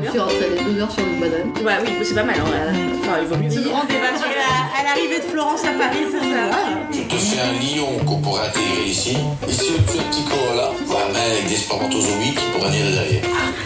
bien. Faire entraîner 2 heures sur une banane. Ouais, oui, c'est pas mal. Enfin, il vaut mieux. Petit grand débat à l'arrivée de Florence à Paris, c'est ça. Je te fais un lion qu'on pourrait intégrer ici. Et si on te fait un petit Corolla, un mec avec des spermatozoïdes qui pourrait venir derrière.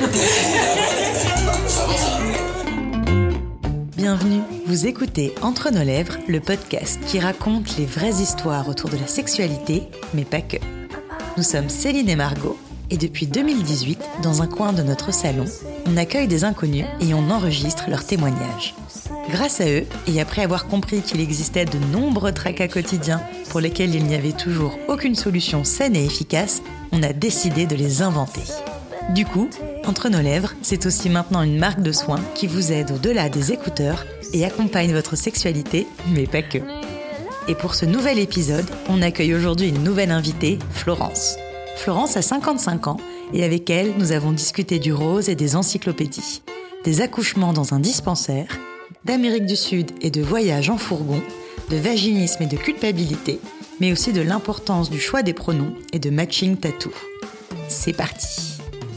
Ça va, ça? Bienvenue, vous écoutez Entre nos lèvres, le podcast qui raconte les vraies histoires autour de la sexualité, mais pas que. Nous sommes Céline et Margot, et depuis 2018, dans un coin de notre salon, on accueille des inconnus et on enregistre leurs témoignages. Grâce à eux, et après avoir compris qu'il existait de nombreux tracas quotidiens pour lesquels il n'y avait toujours aucune solution saine et efficace, on a décidé de les inventer. Du coup, Entre nos lèvres, c'est aussi maintenant une marque de soins qui vous aide au-delà des écouteurs et accompagne votre sexualité, mais pas que. Et pour ce nouvel épisode, on accueille aujourd'hui une nouvelle invitée, Florence. Florence a 55 ans et avec elle, nous avons discuté du rose et des encyclopédies, des accouchements dans un dispensaire, d'Amérique du Sud et de voyages en fourgon, de vaginisme et de culpabilité, mais aussi de l'importance du choix des pronoms et de matching tattoo. C'est parti.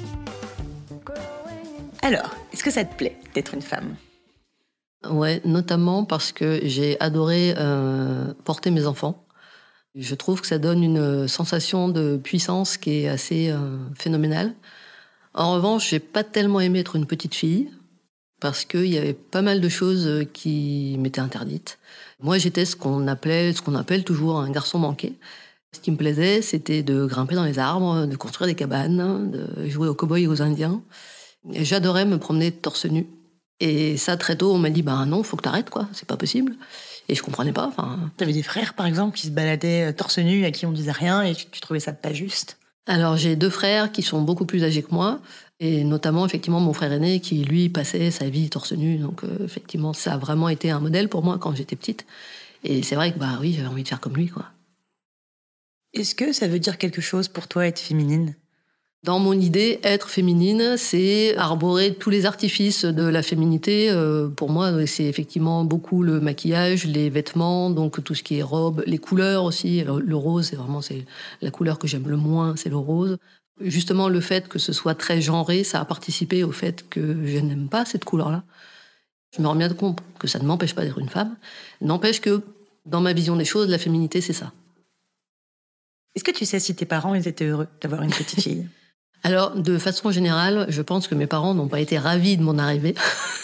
Alors, est-ce que ça te plaît d'être une femme ? Ouais, notamment parce que j'ai adoré porter mes enfants. Je trouve que ça donne une sensation de puissance qui est assez phénoménale. En revanche, j'ai pas tellement aimé être une petite fille parce qu'il y avait pas mal de choses qui m'étaient interdites. Moi, j'étais ce qu'on appelle toujours un garçon manqué. Ce qui me plaisait, c'était de grimper dans les arbres, de construire des cabanes, de jouer aux cow-boys et aux indiens. Et j'adorais me promener torse nu. Et ça, très tôt, on m'a dit, non, faut que t'arrêtes, quoi, c'est pas possible. Et je comprenais pas. T'avais des frères, par exemple, qui se baladaient torse nu, à qui on disait rien, et tu trouvais ça pas juste ? Alors, j'ai 2 frères qui sont beaucoup plus âgés que moi, et notamment, effectivement, mon frère aîné qui, lui, passait sa vie torse nu. Donc, effectivement, ça a vraiment été un modèle pour moi quand j'étais petite. Et c'est vrai que, oui, j'avais envie de faire comme lui, quoi. Est-ce que ça veut dire quelque chose pour toi, être féminine ? Dans mon idée, être féminine, c'est arborer tous les artifices de la féminité. Pour moi, c'est effectivement beaucoup le maquillage, les vêtements, donc tout ce qui est robe, les couleurs aussi. Le rose, c'est la couleur que j'aime le moins, c'est le rose. Justement, le fait que ce soit très genré, ça a participé au fait que je n'aime pas cette couleur-là. Je me rends bien compte que ça ne m'empêche pas d'être une femme. N'empêche que, dans ma vision des choses, la féminité, c'est ça. Est-ce que tu sais si tes parents ils étaient heureux d'avoir une petite fille ? Alors, de façon générale, je pense que mes parents n'ont pas été ravis de mon arrivée.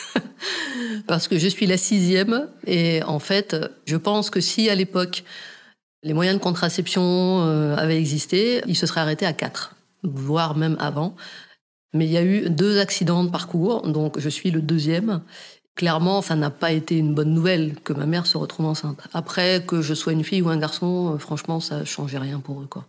Parce que je suis la 6e. Et en fait, je pense que si, à l'époque, les moyens de contraception avaient existé, ils se seraient arrêtés à 4, voire même avant. Mais il y a eu 2 accidents de parcours, donc je suis le 2e. Clairement, ça n'a pas été une bonne nouvelle que ma mère se retrouve enceinte. Après, que je sois une fille ou un garçon, franchement, ça ne changeait rien pour eux, quoi.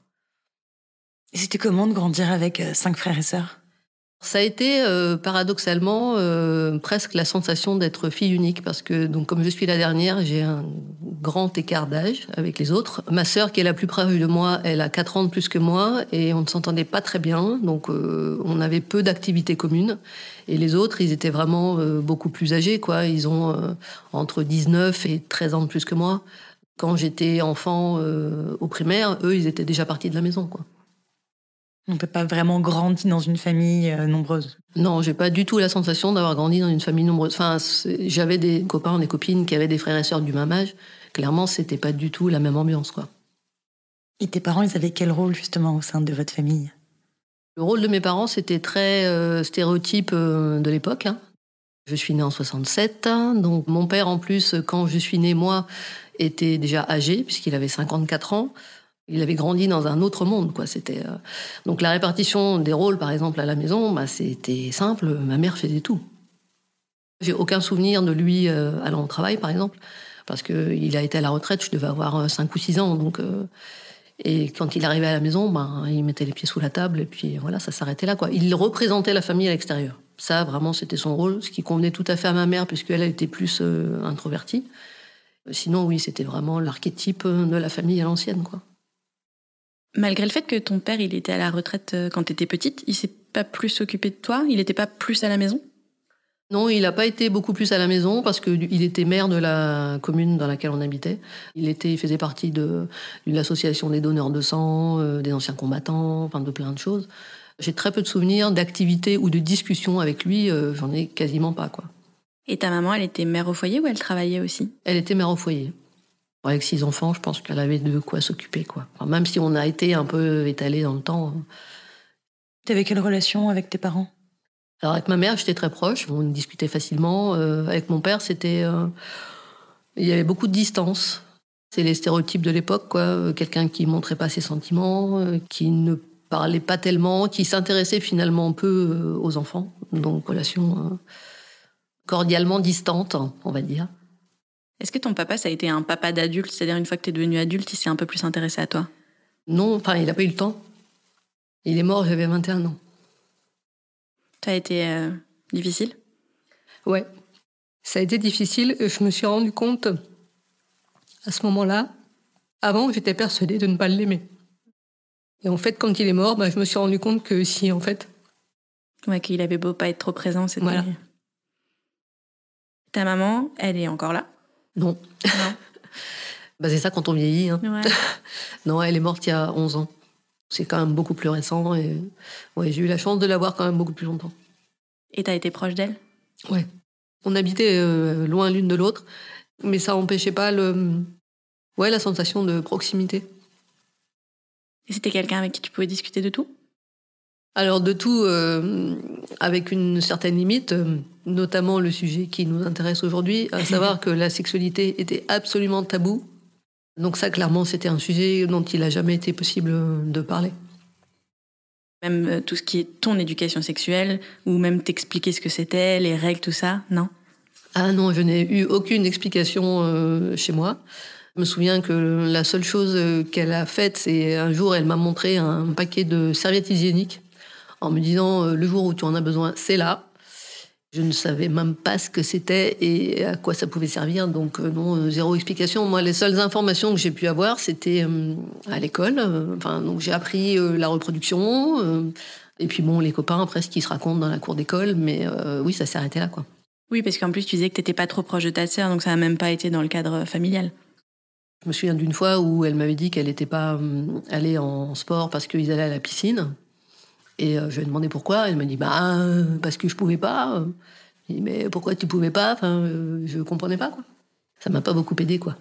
Et c'était comment de grandir avec 5 frères et sœurs ? Ça a été paradoxalement presque la sensation d'être fille unique parce que donc comme je suis la dernière, j'ai un grand écart d'âge avec les autres. Ma sœur qui est la plus proche de moi, elle a 4 ans de plus que moi et on ne s'entendait pas très bien, donc on avait peu d'activités communes. Et les autres, ils étaient vraiment beaucoup plus âgés, quoi. Ils ont entre 19 et 13 ans de plus que moi. Quand j'étais enfant au primaire, eux, ils étaient déjà partis de la maison, quoi. On ne peut pas vraiment grandir dans une famille nombreuse. Non, j'ai pas du tout la sensation d'avoir grandi dans une famille nombreuse. Enfin, j'avais des copains, des copines qui avaient des frères et sœurs du même âge. Clairement, c'était pas du tout la même ambiance, quoi. Et tes parents, ils avaient quel rôle justement au sein de votre famille ? Le rôle de mes parents, c'était très stéréotype de l'époque. Je suis née en 67, donc mon père, en plus, quand je suis née, moi, était déjà âgé, puisqu'il avait 54 ans. Il avait grandi dans un autre monde, quoi. C'était donc la répartition des rôles, par exemple, à la maison, c'était simple. Ma mère faisait tout. J'ai aucun souvenir de lui allant au travail, par exemple, parce qu'il a été à la retraite. Je devais avoir 5 ou 6 ans, donc. Et quand il arrivait à la maison, il mettait les pieds sous la table et puis voilà, ça s'arrêtait là, quoi. Il représentait la famille à l'extérieur. Ça, vraiment, c'était son rôle, ce qui convenait tout à fait à ma mère, puisqu'elle était plus introvertie. Sinon, oui, c'était vraiment l'archétype de la famille à l'ancienne, quoi. Malgré le fait que ton père il était à la retraite quand t'étais petite, il s'est pas plus occupé de toi ? Il était pas plus à la maison ? Non, il n'a pas été beaucoup plus à la maison parce qu'il était maire de la commune dans laquelle on habitait. Il faisait partie d'une association des donneurs de sang, des anciens combattants, enfin de plein de choses. J'ai très peu de souvenirs d'activités ou de discussions avec lui, j'en ai quasiment pas, quoi. Et ta maman, elle était mère au foyer ou elle travaillait aussi ? Elle était mère au foyer. Avec 6 enfants, je pense qu'elle avait de quoi s'occuper, quoi. Enfin, même si on a été un peu étalés dans le temps. T'avais quelle relation avec tes parents ? Alors avec ma mère, j'étais très proche, on discutait facilement. Avec mon père, il y avait beaucoup de distance. C'est les stéréotypes de l'époque, quoi. Quelqu'un qui montrait pas ses sentiments, qui ne parlait pas tellement, qui s'intéressait finalement peu aux enfants. Donc relation cordialement distante, on va dire. Est-ce que ton papa, ça a été un papa d'adulte ? C'est-à-dire, une fois que t'es devenu adulte, il s'est un peu plus intéressé à toi ? Non, enfin, il n'a pas eu le temps. Il est mort, j'avais 21 ans. Ça a été difficile ? Ouais, ça a été difficile. Je me suis rendu compte, à ce moment-là, avant, j'étais persuadée de ne pas l'aimer. Et en fait, quand il est mort, je me suis rendu compte que si, en fait. Ouais, qu'il avait beau pas être trop présent, c'était... Voilà. Ta maman, elle est encore là ? Non. Non. C'est ça quand on vieillit. Hein. Ouais. Non, elle est morte il y a 11 ans. C'est quand même beaucoup plus récent. Et ouais, j'ai eu la chance de la voir quand même beaucoup plus longtemps. Et t'as été proche d'elle ? Ouais. On habitait loin l'une de l'autre, mais ça n'empêchait pas la sensation de proximité. Et c'était quelqu'un avec qui tu pouvais discuter de tout ? Alors de tout, avec une certaine limite, notamment le sujet qui nous intéresse aujourd'hui, à savoir que la sexualité était absolument taboue. Donc ça, clairement, c'était un sujet dont il n'a jamais été possible de parler. Même tout ce qui est ton éducation sexuelle, ou même t'expliquer ce que c'était, les règles, tout ça, non ? Ah non, je n'ai eu aucune explication chez moi. Je me souviens que la seule chose qu'elle a faite, c'est un jour, elle m'a montré un paquet de serviettes hygiéniques en me disant le jour où tu en as besoin, c'est là. Je ne savais même pas ce que c'était et à quoi ça pouvait servir, donc non, zéro explication. Moi, les seules informations que j'ai pu avoir, c'était à l'école. Donc j'ai appris la reproduction, et puis les copains après ce qui se racontent dans la cour d'école, mais oui, ça s'est arrêté là, quoi. Oui, parce qu'en plus tu disais que t'étais pas trop proche de ta sœur, donc ça n'a même pas été dans le cadre familial. Je me souviens d'une fois où elle m'avait dit qu'elle n'était pas allée en sport parce qu'ils allaient à la piscine. Et je lui ai demandé pourquoi. Elle m'a dit parce que je pouvais pas. J'ai dit mais pourquoi tu pouvais pas ? Je comprenais pas, quoi. Ça m'a pas beaucoup aidé, quoi.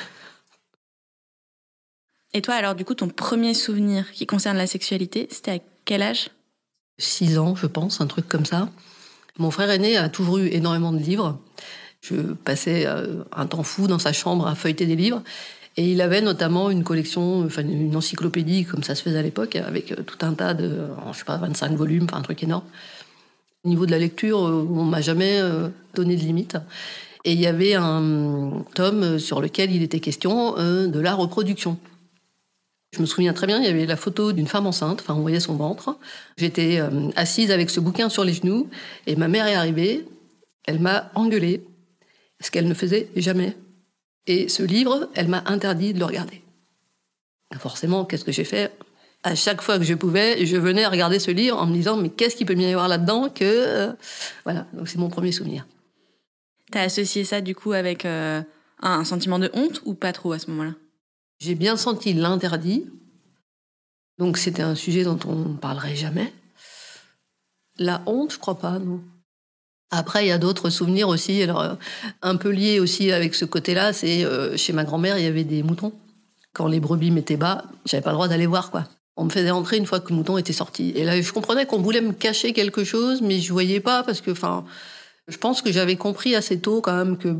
Et toi, alors du coup, ton premier souvenir qui concerne la sexualité, c'était à quel âge ? 6 ans, je pense, un truc comme ça. Mon frère aîné a toujours eu énormément de livres. Je passais un temps fou dans sa chambre à feuilleter des livres. Et il avait notamment une collection, une encyclopédie, comme ça se faisait à l'époque, avec tout un tas de, 25 volumes, un truc énorme. Au niveau de la lecture, on m'a jamais donné de limite. Et il y avait un tome sur lequel il était question de la reproduction. Je me souviens très bien, il y avait la photo d'une femme enceinte, on voyait son ventre. J'étais assise avec ce bouquin sur les genoux, et ma mère est arrivée, elle m'a engueulée, ce qu'elle ne faisait jamais. Et ce livre, elle m'a interdit de le regarder. Forcément, qu'est-ce que j'ai fait ? À chaque fois que je pouvais, je venais regarder ce livre en me disant « Mais qu'est-ce qu'il peut bien y avoir là-dedans que... » Voilà, donc c'est mon premier souvenir. T'as associé ça, du coup, avec un sentiment de honte ou pas trop à ce moment-là ? J'ai bien senti l'interdit. Donc c'était un sujet dont on ne parlerait jamais. La honte, je crois pas, non. Après, il y a d'autres souvenirs aussi, alors un peu liés aussi avec ce côté-là, c'est chez ma grand-mère, il y avait des moutons. Quand les brebis m'étaient bas, j'avais pas le droit d'aller voir, quoi. On me faisait rentrer une fois que le mouton était sorti. Et là, je comprenais qu'on voulait me cacher quelque chose, mais je voyais pas, parce que, je pense que j'avais compris assez tôt quand même que,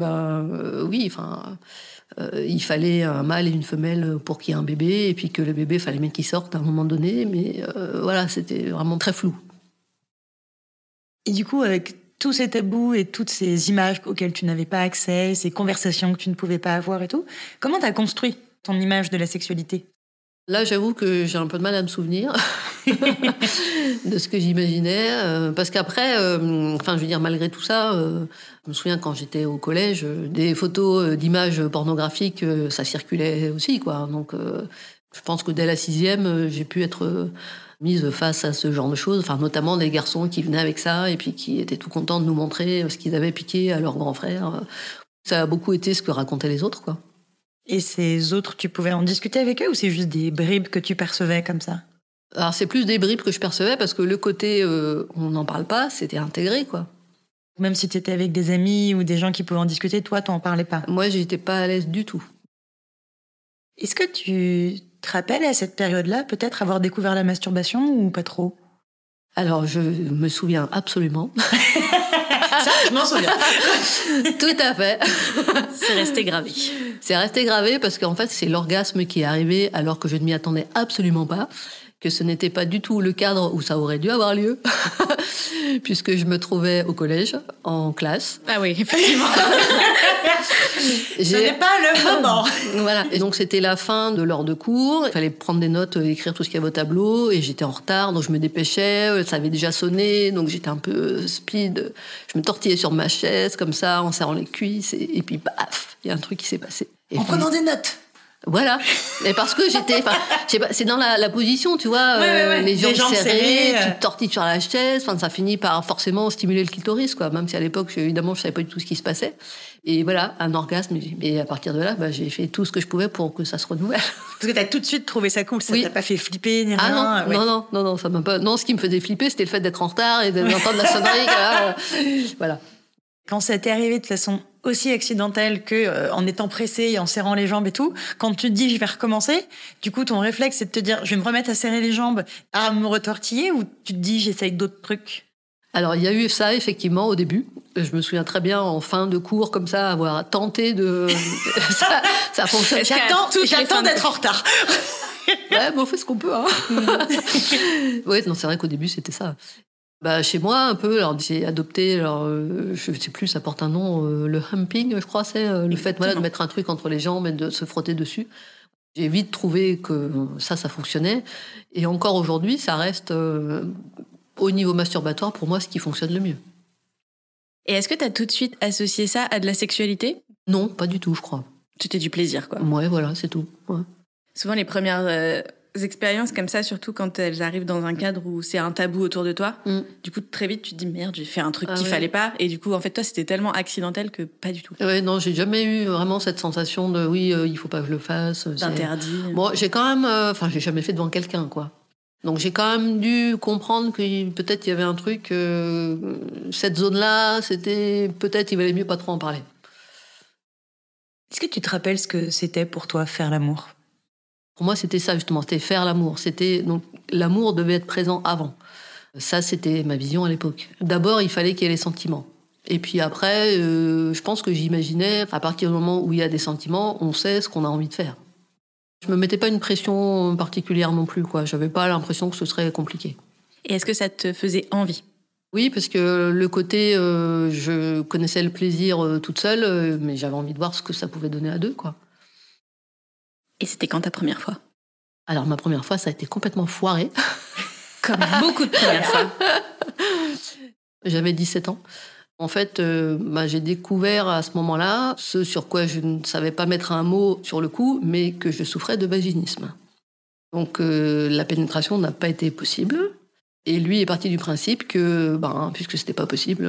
il fallait un mâle et une femelle pour qu'il y ait un bébé, et puis que le bébé, fallait bien qu'il sorte à un moment donné, mais voilà, c'était vraiment très flou. Et du coup, avec tous ces tabous et toutes ces images auxquelles tu n'avais pas accès, ces conversations que tu ne pouvais pas avoir et tout, comment t'as construit ton image de la sexualité ? Là, j'avoue que j'ai un peu de mal à me souvenir de ce que j'imaginais. Parce qu'après, malgré tout ça, je me souviens quand j'étais au collège, des photos d'images pornographiques, ça circulait aussi, quoi. Donc, je pense que dès la 6e, j'ai pu être mise face à ce genre de choses, notamment des garçons qui venaient avec ça et puis qui étaient tout contents de nous montrer ce qu'ils avaient piqué à leurs grands frères. Ça a beaucoup été ce que racontaient les autres, quoi. Et ces autres, tu pouvais en discuter avec eux ou c'est juste des bribes que tu percevais comme ça ? Alors c'est plus des bribes que je percevais parce que le côté on n'en parle pas, c'était intégré, quoi. Même si tu étais avec des amis ou des gens qui pouvaient en discuter, toi, t'en parlais pas. Moi, j'étais pas à l'aise du tout. Est-ce que tu te rappelles à cette période-là peut-être avoir découvert la masturbation ou pas trop? Alors, je me souviens absolument. Ça, je m'en souviens. Tout à fait. C'est resté gravé. C'est resté gravé parce qu'en fait, c'est l'orgasme qui est arrivé alors que je ne m'y attendais absolument pas, que ce n'était pas du tout le cadre où ça aurait dû avoir lieu, puisque je me trouvais au collège, en classe. Ah oui, effectivement. Ce n'est pas le moment. Voilà. Et donc, c'était la fin de l'heure de cours. Il fallait prendre des notes, écrire tout ce qu'il y avait au tableau. Et j'étais en retard, donc je me dépêchais. Ça avait déjà sonné, donc j'étais un peu speed. Je me tortillais sur ma chaise, comme ça, en serrant les cuisses. Et puis, paf, il y a un truc qui s'est passé. Et en prenant des notes. Voilà. Et parce que j'étais, enfin, je sais pas, c'est dans la position, tu vois, les jambes serrées, tu te tortilles sur la chaise, enfin, ça finit par forcément stimuler le clitoris, quoi. Même si à l'époque, évidemment, je savais pas du tout ce qui se passait. Et voilà, un orgasme. Et à partir de là, j'ai fait tout ce que je pouvais pour que ça se renouvelle. Parce que t'as tout de suite trouvé ça cool, ça t'a pas fait flipper ni rien. Ah non, ça m'a pas. Non, ce qui me faisait flipper, c'était le fait d'être en retard et d'entendre la sonnerie. Voilà. Quand ça t'est arrivé de façon aussi accidentelle que en étant pressé et en serrant les jambes et tout, quand tu te dis je vais recommencer, du coup ton réflexe c'est de te dire je vais me remettre à serrer les jambes, à me retortiller, ou tu te dis j'essaye d'autres trucs? Alors il y a eu ça effectivement au début. Je me souviens très bien en fin de cours comme ça avoir tenté de ça fonctionne. J'attends d'être en retard. Ouais, mais on fait ce qu'on peut, hein. Ouais, non, c'est vrai qu'au début c'était ça. Chez moi, un peu, alors j'ai adopté, je sais plus, ça porte un nom, le humping, je crois, c'est le fait de mettre un truc entre les jambes et de se frotter dessus. J'ai vite trouvé que ça fonctionnait. Et encore aujourd'hui, ça reste, au niveau masturbatoire, pour moi, ce qui fonctionne le mieux. Et est-ce que tu as tout de suite associé ça à de la sexualité? Non, pas du tout, je crois. C'était du plaisir, quoi. Ouais, voilà, c'est tout. Ouais. Souvent, les premières expériences comme ça, surtout quand elles arrivent dans un cadre où c'est un tabou autour de toi, du coup, très vite, tu te dis merde, j'ai fait un truc qu'il fallait pas. Et du coup, en fait, toi, c'était tellement accidentel que pas du tout. Ouais, non, j'ai jamais eu vraiment cette sensation de il faut pas que je le fasse. D'interdit. Bon, j'ai quand même, j'ai jamais fait devant quelqu'un, quoi. Donc j'ai quand même dû comprendre que peut-être il y avait un truc, cette zone-là, c'était peut-être il valait mieux pas trop en parler. Est-ce que tu te rappelles ce que c'était pour toi faire l'amour? Pour moi, c'était ça justement, c'était faire l'amour. Donc l'amour devait être présent avant. Ça, c'était ma vision à l'époque. D'abord, il fallait qu'il y ait les sentiments. Et puis après, je pense que j'imaginais, à partir du moment où il y a des sentiments, on sait ce qu'on a envie de faire. Je me mettais pas une pression particulière non plus, quoi. J'avais pas l'impression que ce serait compliqué. Et est-ce que ça te faisait envie? Oui, parce que le côté, je connaissais le plaisir toute seule, mais j'avais envie de voir ce que ça pouvait donner à deux, quoi. Et c'était quand ta première fois? Alors ma première fois, ça a été complètement foiré. Comme beaucoup de premières fois. J'avais 17 ans. En fait, j'ai découvert à ce moment-là ce sur quoi je ne savais pas mettre un mot sur le coup, mais que je souffrais de vaginisme. Donc la pénétration n'a pas été possible. Et lui est parti du principe que, puisque c'était pas possible,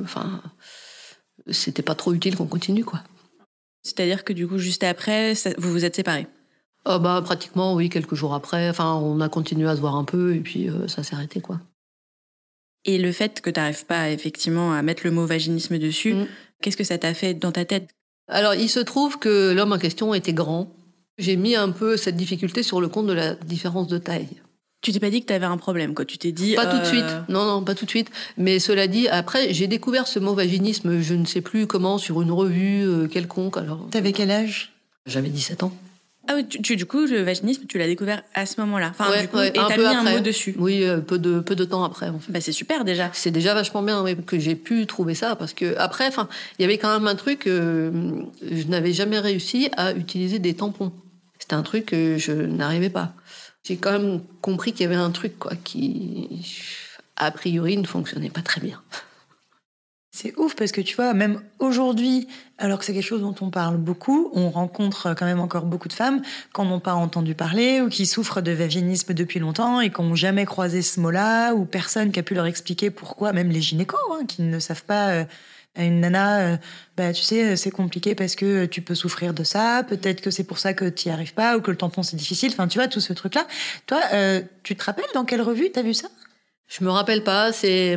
c'était pas trop utile qu'on continue, quoi. C'est-à-dire que du coup, juste après, vous vous êtes séparés? Pratiquement, oui, quelques jours après. Enfin, on a continué à se voir un peu et puis ça s'est arrêté, quoi. Et le fait que tu n'arrives pas effectivement à mettre le mot vaginisme dessus, qu'est-ce que ça t'a fait dans ta tête? Alors, il se trouve que l'homme en question était grand. J'ai mis un peu cette difficulté sur le compte de la différence de taille. Tu t'es pas dit que tu avais un problème, quoi? Tu t'es dit... Pas tout de suite. Non, pas tout de suite. Mais cela dit, après, j'ai découvert ce mot vaginisme, je ne sais plus comment, sur une revue quelconque. Alors, t'avais quel âge? J'avais 17 ans. Ah oui, du coup, le vaginisme, tu l'as découvert à ce moment-là. Enfin, du coup, et un t'as peu mis après. un mot dessus. Oui, peu de temps après. En fait. C'est super déjà. C'est déjà vachement bien que j'ai pu trouver ça, parce que après, il y avait quand même un truc, je n'avais jamais réussi à utiliser des tampons. C'était un truc que je n'arrivais pas. J'ai quand même compris qu'il y avait un truc, quoi, qui, a priori, ne fonctionnait pas très bien. C'est ouf parce que tu vois, même aujourd'hui, alors que c'est quelque chose dont on parle beaucoup, on rencontre quand même encore beaucoup de femmes qui n'en ont pas entendu parler ou qui souffrent de vaginisme depuis longtemps et qui n'ont jamais croisé ce mot-là, ou personne qui a pu leur expliquer pourquoi, même les gynécos, qui ne savent pas à une nana, tu sais, c'est compliqué parce que tu peux souffrir de ça, peut-être que c'est pour ça que tu n'y arrives pas ou que le tampon c'est difficile, enfin tu vois, tout ce truc-là. Toi, tu te rappelles dans quelle revue t'as vu ça ? Je me rappelle pas,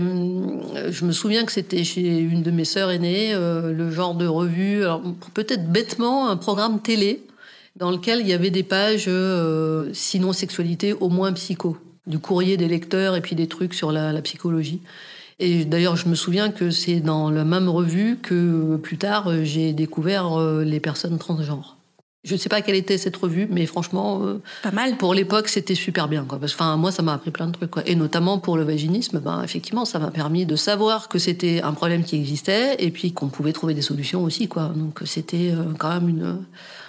je me souviens que c'était chez une de mes sœurs aînées, le genre de revue, alors peut-être bêtement un programme télé dans lequel il y avait des pages, sinon sexualité, au moins psycho, du courrier des lecteurs et puis des trucs sur la psychologie. Et d'ailleurs, je me souviens que c'est dans la même revue que plus tard, j'ai découvert les personnes transgenres. Je ne sais pas quelle était cette revue, mais franchement, pas mal. Pour l'époque, c'était super bien, quoi. Parce que, moi, ça m'a appris plein de trucs, quoi. Et notamment pour le vaginisme, effectivement, ça m'a permis de savoir que c'était un problème qui existait et puis qu'on pouvait trouver des solutions aussi, quoi. Donc c'était quand même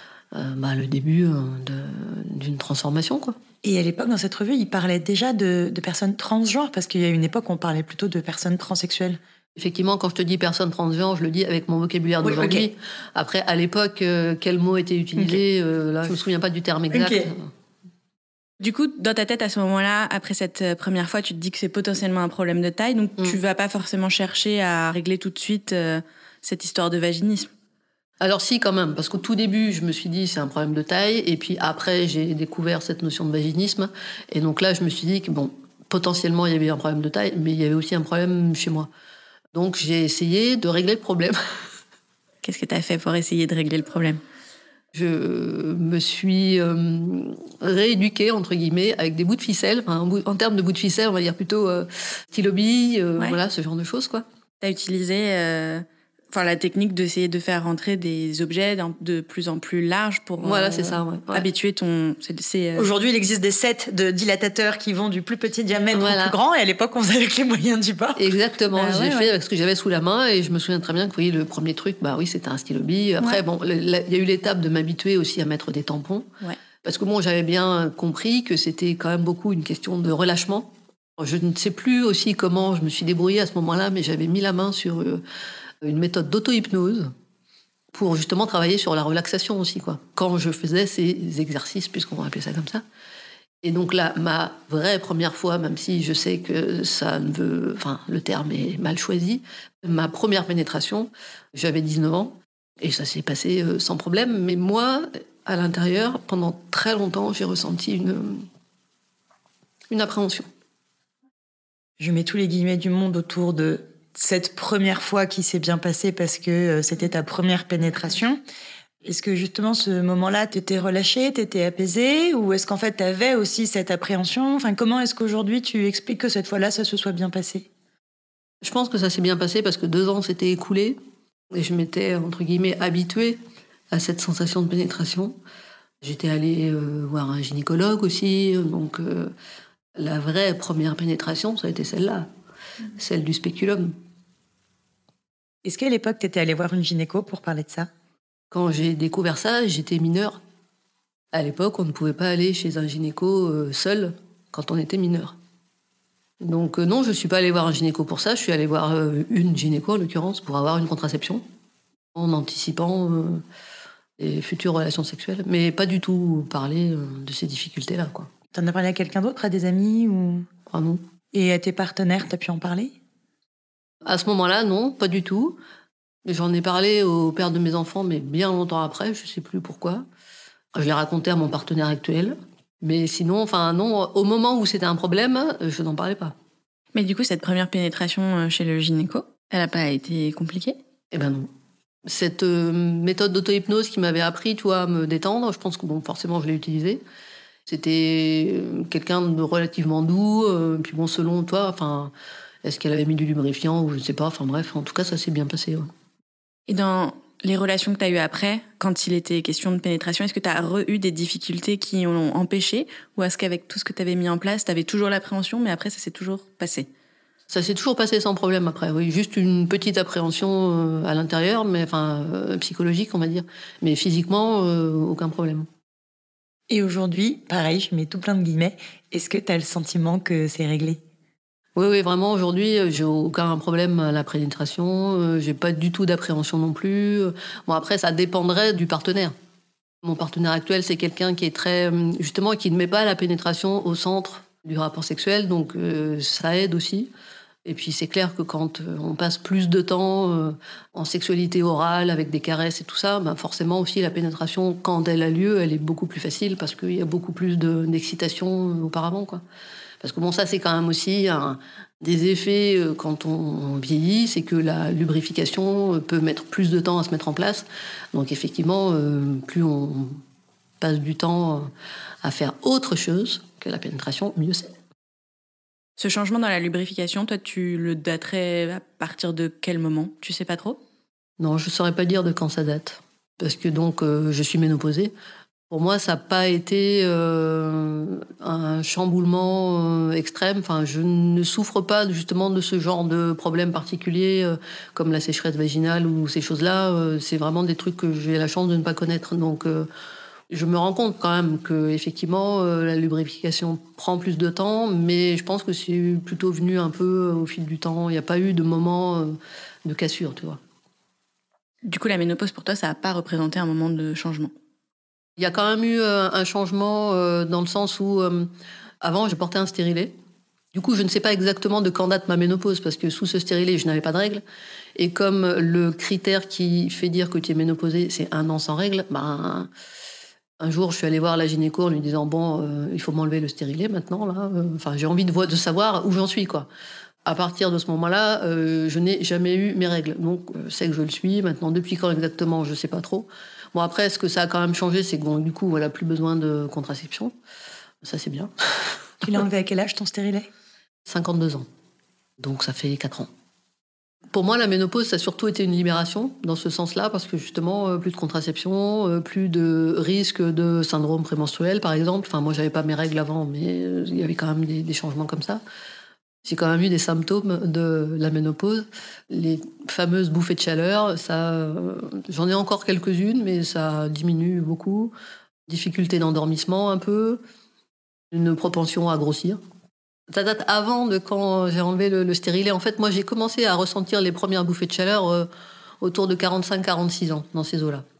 le début d'une transformation, quoi. Et à l'époque, dans cette revue, il parlait déjà de personnes transgenres, parce qu'il y a une époque où on parlait plutôt de personnes transsexuelles. Effectivement, quand je te dis personne transgenre, je le dis avec mon vocabulaire d'aujourd'hui. Oui, okay. Après, à l'époque, quel mot était utilisé, là, je me souviens pas du terme exact. Okay. Du coup, dans ta tête, à ce moment-là, après cette première fois, tu te dis que c'est potentiellement un problème de taille, donc tu vas pas forcément chercher à régler tout de suite cette histoire de vaginisme. Alors si, quand même, parce qu'au tout début, je me suis dit c'est un problème de taille, et puis après, j'ai découvert cette notion de vaginisme, et donc là, je me suis dit que potentiellement, il y avait un problème de taille, mais il y avait aussi un problème chez moi. Donc j'ai essayé de régler le problème. Qu'est-ce que tu as fait pour essayer de régler le problème ? Je me suis rééduquée, entre guillemets, avec des bouts de ficelle. En termes de bouts de ficelle, on va dire plutôt stylo-bille, voilà, ce genre de choses, quoi. Tu as utilisé la technique d'essayer de faire rentrer des objets de plus en plus larges pour voilà, c'est ça, ouais. Habituer ton... Aujourd'hui, il existe des sets de dilatateurs qui vont du plus petit diamètre au plus grand, et à l'époque, on faisait avec les moyens du bord. Exactement, j'ai fait avec ce que j'avais sous la main, et je me souviens très bien que le premier truc, c'était un stylo-bille. Après, il y a eu l'étape de m'habituer aussi à mettre des tampons, parce que j'avais bien compris que c'était quand même beaucoup une question de relâchement. Je ne sais plus aussi comment je me suis débrouillée à ce moment-là, mais j'avais mis la main sur une méthode d'auto-hypnose pour justement travailler sur la relaxation aussi, quoi. Quand je faisais ces exercices, puisqu'on va appeler ça comme ça. Et donc là, ma vraie première fois, même si je sais que le terme est mal choisi, ma première pénétration, j'avais 19 ans, et ça s'est passé sans problème. Mais moi, à l'intérieur, pendant très longtemps, j'ai ressenti une appréhension. Je mets tous les guillemets du monde autour de cette première fois qui s'est bien passée parce que c'était ta première pénétration. Est-ce que justement ce moment-là, t'étais relâchée, t'étais apaisée, ou est-ce qu'en fait t'avais aussi cette appréhension ? Enfin, comment est-ce qu'aujourd'hui tu expliques que cette fois-là, ça se soit bien passé ? Je pense que ça s'est bien passé parce que 2 ans s'étaient écoulés et je m'étais, entre guillemets, habituée à cette sensation de pénétration. J'étais allée voir un gynécologue aussi, donc la vraie première pénétration, ça a été celle-là. Celle du spéculum. Est-ce qu'à l'époque, tu étais allée voir une gynéco pour parler de ça ? Quand j'ai découvert ça, j'étais mineure. À l'époque, on ne pouvait pas aller chez un gynéco seul quand on était mineur. Donc non, je ne suis pas allée voir un gynéco pour ça. Je suis allée voir une gynéco, en l'occurrence, pour avoir une contraception, en anticipant les futures relations sexuelles. Mais pas du tout parler de ces difficultés-là, quoi. T'en as parlé à quelqu'un d'autre, à des amis ou... Ah non. Et à tes partenaires, t'as pu en parler ? À ce moment-là, non, pas du tout. J'en ai parlé au père de mes enfants, mais bien longtemps après, je ne sais plus pourquoi. Je l'ai raconté à mon partenaire actuel. Mais sinon, non, au moment où c'était un problème, je n'en parlais pas. Mais du coup, cette première pénétration chez le gynéco, elle n'a pas été compliquée ? Eh ben non. Cette méthode d'auto-hypnose qui m'avait appris, à me détendre, je pense que forcément, je l'ai utilisée. C'était quelqu'un de relativement doux, puis selon toi, est-ce qu'elle avait mis du lubrifiant ou je ne sais pas, bref, en tout cas, ça s'est bien passé. Ouais. Et dans les relations que tu as eues après, quand il était question de pénétration, est-ce que tu as eu des difficultés qui ont empêché, ou est-ce qu'avec tout ce que tu avais mis en place, tu avais toujours l'appréhension, mais après, ça s'est toujours passé ? Ça s'est toujours passé sans problème après, oui. Juste une petite appréhension à l'intérieur, mais psychologique, on va dire. Mais physiquement, aucun problème. Et aujourd'hui, pareil, je mets tout plein de guillemets, est-ce que tu as le sentiment que c'est réglé ? Oui, vraiment, aujourd'hui, j'ai aucun problème à la pénétration, j'ai pas du tout d'appréhension non plus. Bon, après, ça dépendrait du partenaire. Mon partenaire actuel, c'est quelqu'un qui est très... Justement, qui ne met pas la pénétration au centre du rapport sexuel, donc ça aide aussi. Et puis c'est clair que quand on passe plus de temps en sexualité orale, avec des caresses et tout ça, forcément aussi la pénétration, quand elle a lieu, elle est beaucoup plus facile parce qu'il y a beaucoup plus d'excitation auparavant, quoi. Parce que ça c'est quand même aussi des effets quand on vieillit, c'est que la lubrification peut mettre plus de temps à se mettre en place. Donc effectivement, plus on passe du temps à faire autre chose que la pénétration, mieux c'est. Ce changement dans la lubrification, toi, tu le daterais à partir de quel moment ? Tu sais pas trop ? Non, je saurais pas dire de quand ça date. Parce que donc, je suis ménopausée. Pour moi, ça n'a pas été un chamboulement extrême. Enfin, je ne souffre pas justement de ce genre de problème particulier comme la sécheresse vaginale ou ces choses-là. C'est vraiment des trucs que j'ai la chance de ne pas connaître. Donc, je me rends compte quand même que effectivement la lubrification prend plus de temps, mais je pense que c'est plutôt venu un peu au fil du temps. Il n'y a pas eu de moment de cassure, tu vois. Du coup, la ménopause pour toi, ça n'a pas représenté un moment de changement ? Il y a quand même eu un changement dans le sens où avant je portais un stérilet. Du coup, je ne sais pas exactement de quand date ma ménopause parce que sous ce stérilet, je n'avais pas de règles. Et comme le critère qui fait dire que tu es ménopausée, c'est 1 an sans règles, un jour, je suis allée voir la gynéco en lui disant il faut m'enlever le stérilet maintenant là. Enfin, j'ai envie de savoir où j'en suis, quoi. À partir de ce moment-là, je n'ai jamais eu mes règles. Donc, je sais que je le suis. Maintenant, depuis quand exactement, je ne sais pas trop. Bon, après, ce que ça a quand même changé, c'est que du coup, voilà, plus besoin de contraception. Ça, c'est bien. Tu l'as enlevé à quel âge, ton stérilet ? 52 ans. Donc, ça fait 4 ans. Pour moi, la ménopause, ça a surtout été une libération dans ce sens-là, parce que justement, plus de contraception, plus de risque de syndrome prémenstruel, par exemple. Enfin, moi, j'avais pas mes règles avant, mais il y avait quand même des changements comme ça. J'ai quand même eu des symptômes de la ménopause. Les fameuses bouffées de chaleur, j'en ai encore quelques-unes, mais ça diminue beaucoup. Difficulté d'endormissement un peu, une propension à grossir. Ça date avant de quand j'ai enlevé le stérilet. En fait, moi, j'ai commencé à ressentir les premières bouffées de chaleur autour de 45-46 ans, dans ces eaux-là.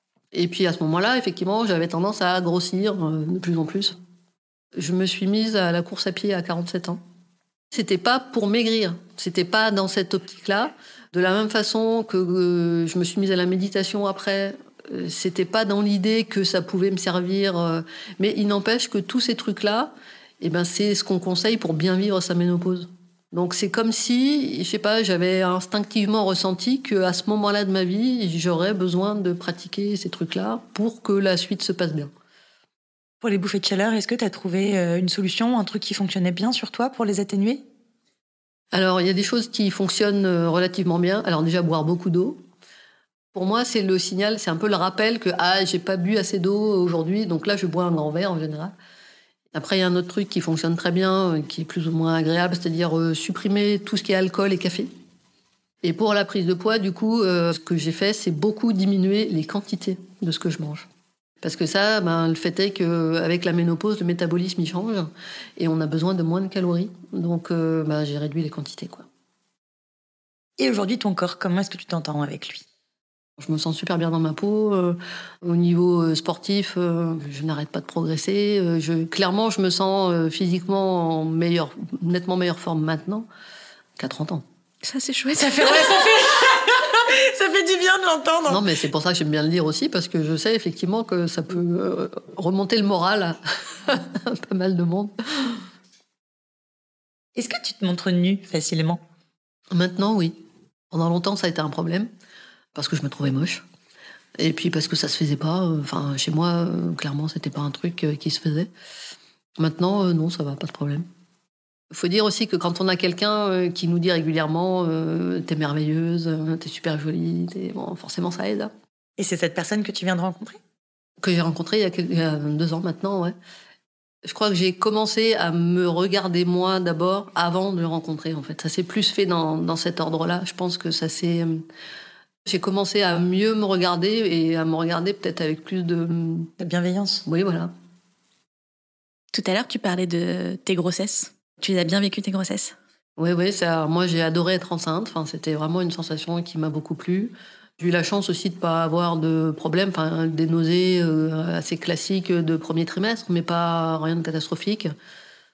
Et puis, à ce moment-là, effectivement, j'avais tendance à grossir de plus en plus. Je me suis mise à la course à pied à 47 ans. C'était pas pour maigrir. C'était pas dans cette optique-là. De la même façon que je me suis mise à la méditation après, c'était pas dans l'idée que ça pouvait me servir. Mais il n'empêche que tous ces trucs-là, c'est ce qu'on conseille pour bien vivre sa ménopause. Donc c'est comme si, je sais pas, j'avais instinctivement ressenti qu'à ce moment-là de ma vie, j'aurais besoin de pratiquer ces trucs-là pour que la suite se passe bien. Pour les bouffées de chaleur, est-ce que tu as trouvé une solution, un truc qui fonctionnait bien sur toi pour les atténuer ? Alors, il y a des choses qui fonctionnent relativement bien. Alors déjà, boire beaucoup d'eau. Pour moi, c'est le signal, c'est un peu le rappel que j'ai pas bu assez d'eau aujourd'hui, donc là, je bois un grand verre en général. Après, il y a un autre truc qui fonctionne très bien, qui est plus ou moins agréable, c'est-à-dire supprimer tout ce qui est alcool et café. Et pour la prise de poids, du coup, ce que j'ai fait, c'est beaucoup diminuer les quantités de ce que je mange. Parce que ça, le fait est qu'avec la ménopause, le métabolisme, il change et on a besoin de moins de calories. Donc, j'ai réduit les quantités, quoi. Et aujourd'hui, ton corps, comment est-ce que tu t'entends avec lui ? Je me sens super bien dans ma peau. Au niveau sportif, je n'arrête pas de progresser. Clairement, je me sens physiquement en nettement meilleure forme maintenant qu'à 30 ans. Ça, c'est chouette. Ça fait du bien de l'entendre. Non, mais c'est pour ça que j'aime bien le dire aussi, parce que je sais effectivement que ça peut remonter le moral à pas mal de monde. Est-ce que tu te montres nue facilement ? Maintenant, oui. Pendant longtemps, ça a été un problème, parce que je me trouvais moche. Et puis parce que ça se faisait pas. Chez moi, clairement, c'était pas un truc qui se faisait. Maintenant, non, ça va, pas de problème. Il faut dire aussi que quand on a quelqu'un qui nous dit régulièrement t'es merveilleuse, t'es super jolie, forcément ça aide. Et c'est cette personne que tu viens de rencontrer ? Que j'ai rencontrée il y a 2 ans maintenant, ouais. Je crois que j'ai commencé à me regarder moi d'abord avant de le rencontrer, en fait. Ça s'est plus fait dans cet ordre-là. Je pense que ça s'est... J'ai commencé à mieux me regarder et à me regarder peut-être avec plus de bienveillance. Oui, voilà. Tout à l'heure, tu parlais de tes grossesses. Tu les as bien vécues, tes grossesses ? Oui, ça. Moi, j'ai adoré être enceinte. C'était vraiment une sensation qui m'a beaucoup plu. J'ai eu la chance aussi de ne pas avoir de problème, des nausées assez classiques de premier trimestre, mais pas rien de catastrophique.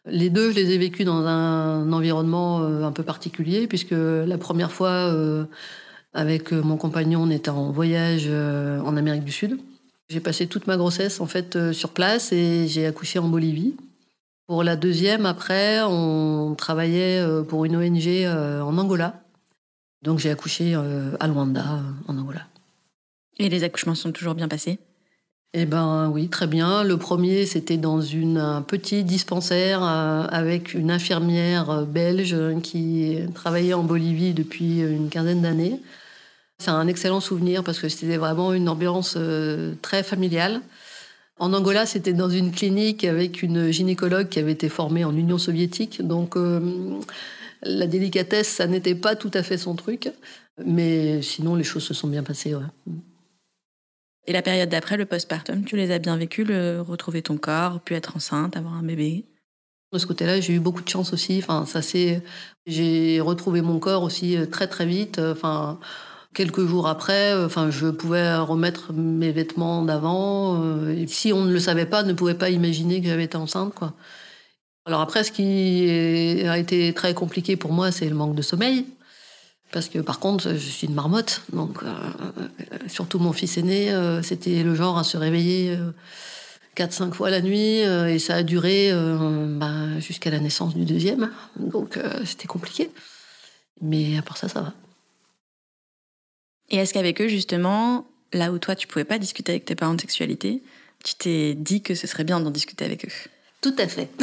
Les deux, je les ai vécus dans un environnement un peu particulier, puisque la première fois, avec mon compagnon, on était en voyage en Amérique du Sud. J'ai passé toute ma grossesse en fait sur place et j'ai accouché en Bolivie. Pour la deuxième, après, on travaillait pour une ONG en Angola. Donc j'ai accouché à Luanda, en Angola. Et les accouchements sont toujours bien passés ? Eh ben oui, très bien. Le premier, c'était dans un petit dispensaire avec une infirmière belge qui travaillait en Bolivie depuis une quinzaine d'années. C'est un excellent souvenir parce que c'était vraiment une ambiance très familiale. En Angola, c'était dans une clinique avec une gynécologue qui avait été formée en Union soviétique. Donc la délicatesse, ça n'était pas tout à fait son truc. Mais sinon, les choses se sont bien passées, ouais. Et la période d'après, le postpartum, tu les as bien vécus, retrouver ton corps, puis être enceinte, avoir un bébé ? De ce côté-là, j'ai eu beaucoup de chance aussi. Enfin, j'ai retrouvé mon corps aussi très très vite. Enfin, quelques jours après, je pouvais remettre mes vêtements d'avant. Et si on ne le savait pas, ne pouvait pas imaginer que j'avais été enceinte, quoi. Alors après, ce qui a été très compliqué pour moi, c'est le manque de sommeil. Parce que par contre, je suis une marmotte, donc surtout mon fils aîné, c'était le genre à se réveiller 4-5 fois la nuit, et ça a duré jusqu'à la naissance du deuxième, donc c'était compliqué. Mais à part ça, ça va. Et est-ce qu'avec eux, justement, là où toi, tu pouvais pas discuter avec tes parents de sexualité, tu t'es dit que ce serait bien d'en discuter avec eux ? Tout à fait.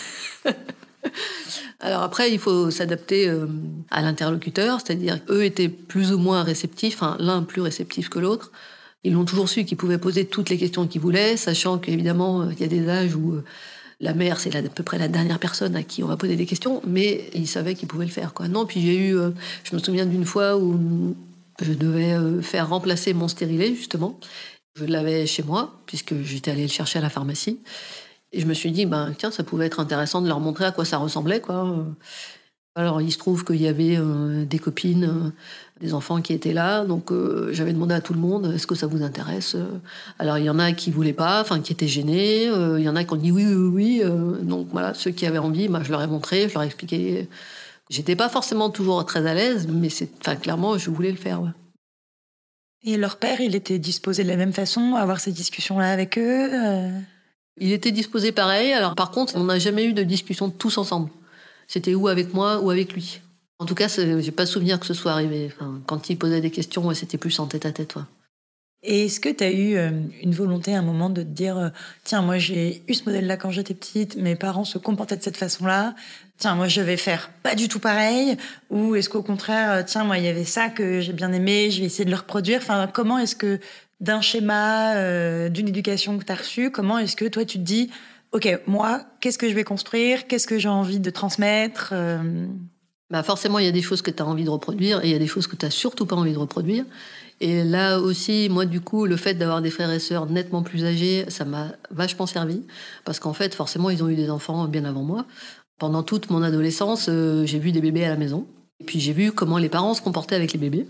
Alors après, il faut s'adapter à l'interlocuteur, c'est-à-dire qu'eux étaient plus ou moins réceptifs, l'un plus réceptif que l'autre. Ils l'ont toujours su qu'ils pouvaient poser toutes les questions qu'ils voulaient, sachant qu'évidemment, il y a des âges où la mère, c'est à peu près la dernière personne à qui on va poser des questions, mais ils savaient qu'ils pouvaient le faire, quoi. Non, puis je me souviens d'une fois où je devais faire remplacer mon stérilet, justement. Je l'avais chez moi, puisque j'étais allée le chercher à la pharmacie. Et je me suis dit, tiens, ça pouvait être intéressant de leur montrer à quoi ça ressemblait, quoi. Alors, il se trouve qu'il y avait des copines, des enfants qui étaient là. Donc, j'avais demandé à tout le monde, est-ce que ça vous intéresse ? Alors, il y en a qui voulaient pas, qui étaient gênés. Il y en a qui ont dit oui. Donc, voilà, ceux qui avaient envie, je leur ai montré, je leur ai expliqué. J'étais pas forcément toujours très à l'aise, mais clairement, je voulais le faire, ouais. Et leur père, il était disposé de la même façon à avoir ces discussions-là avec eux Il était disposé pareil. Alors, par contre, on n'a jamais eu de discussion tous ensemble. C'était ou avec moi ou avec lui. En tout cas, j'ai pas souvenir que ce soit arrivé. Quand il posait des questions, c'était plus en tête-à-tête. Ouais. Et est-ce que tu as eu une volonté à un moment de te dire tiens, moi j'ai eu ce modèle-là quand j'étais petite, mes parents se comportaient de cette façon-là, tiens, moi je vais faire pas du tout pareil, ou est-ce qu'au contraire, tiens, moi il y avait ça que j'ai bien aimé, je vais essayer de le reproduire. Comment est-ce que d'un schéma, d'une éducation que tu as reçue, comment est-ce que toi tu te dis ok, moi, qu'est-ce que je vais construire, qu'est-ce que j'ai envie de transmettre Forcément, il y a des choses que tu as envie de reproduire et il y a des choses que tu n'as surtout pas envie de reproduire. Et là aussi, moi, du coup, le fait d'avoir des frères et sœurs nettement plus âgés, ça m'a vachement servi. Parce qu'en fait, forcément, ils ont eu des enfants bien avant moi. Pendant toute mon adolescence, j'ai vu des bébés à la maison. Et puis, j'ai vu comment les parents se comportaient avec les bébés.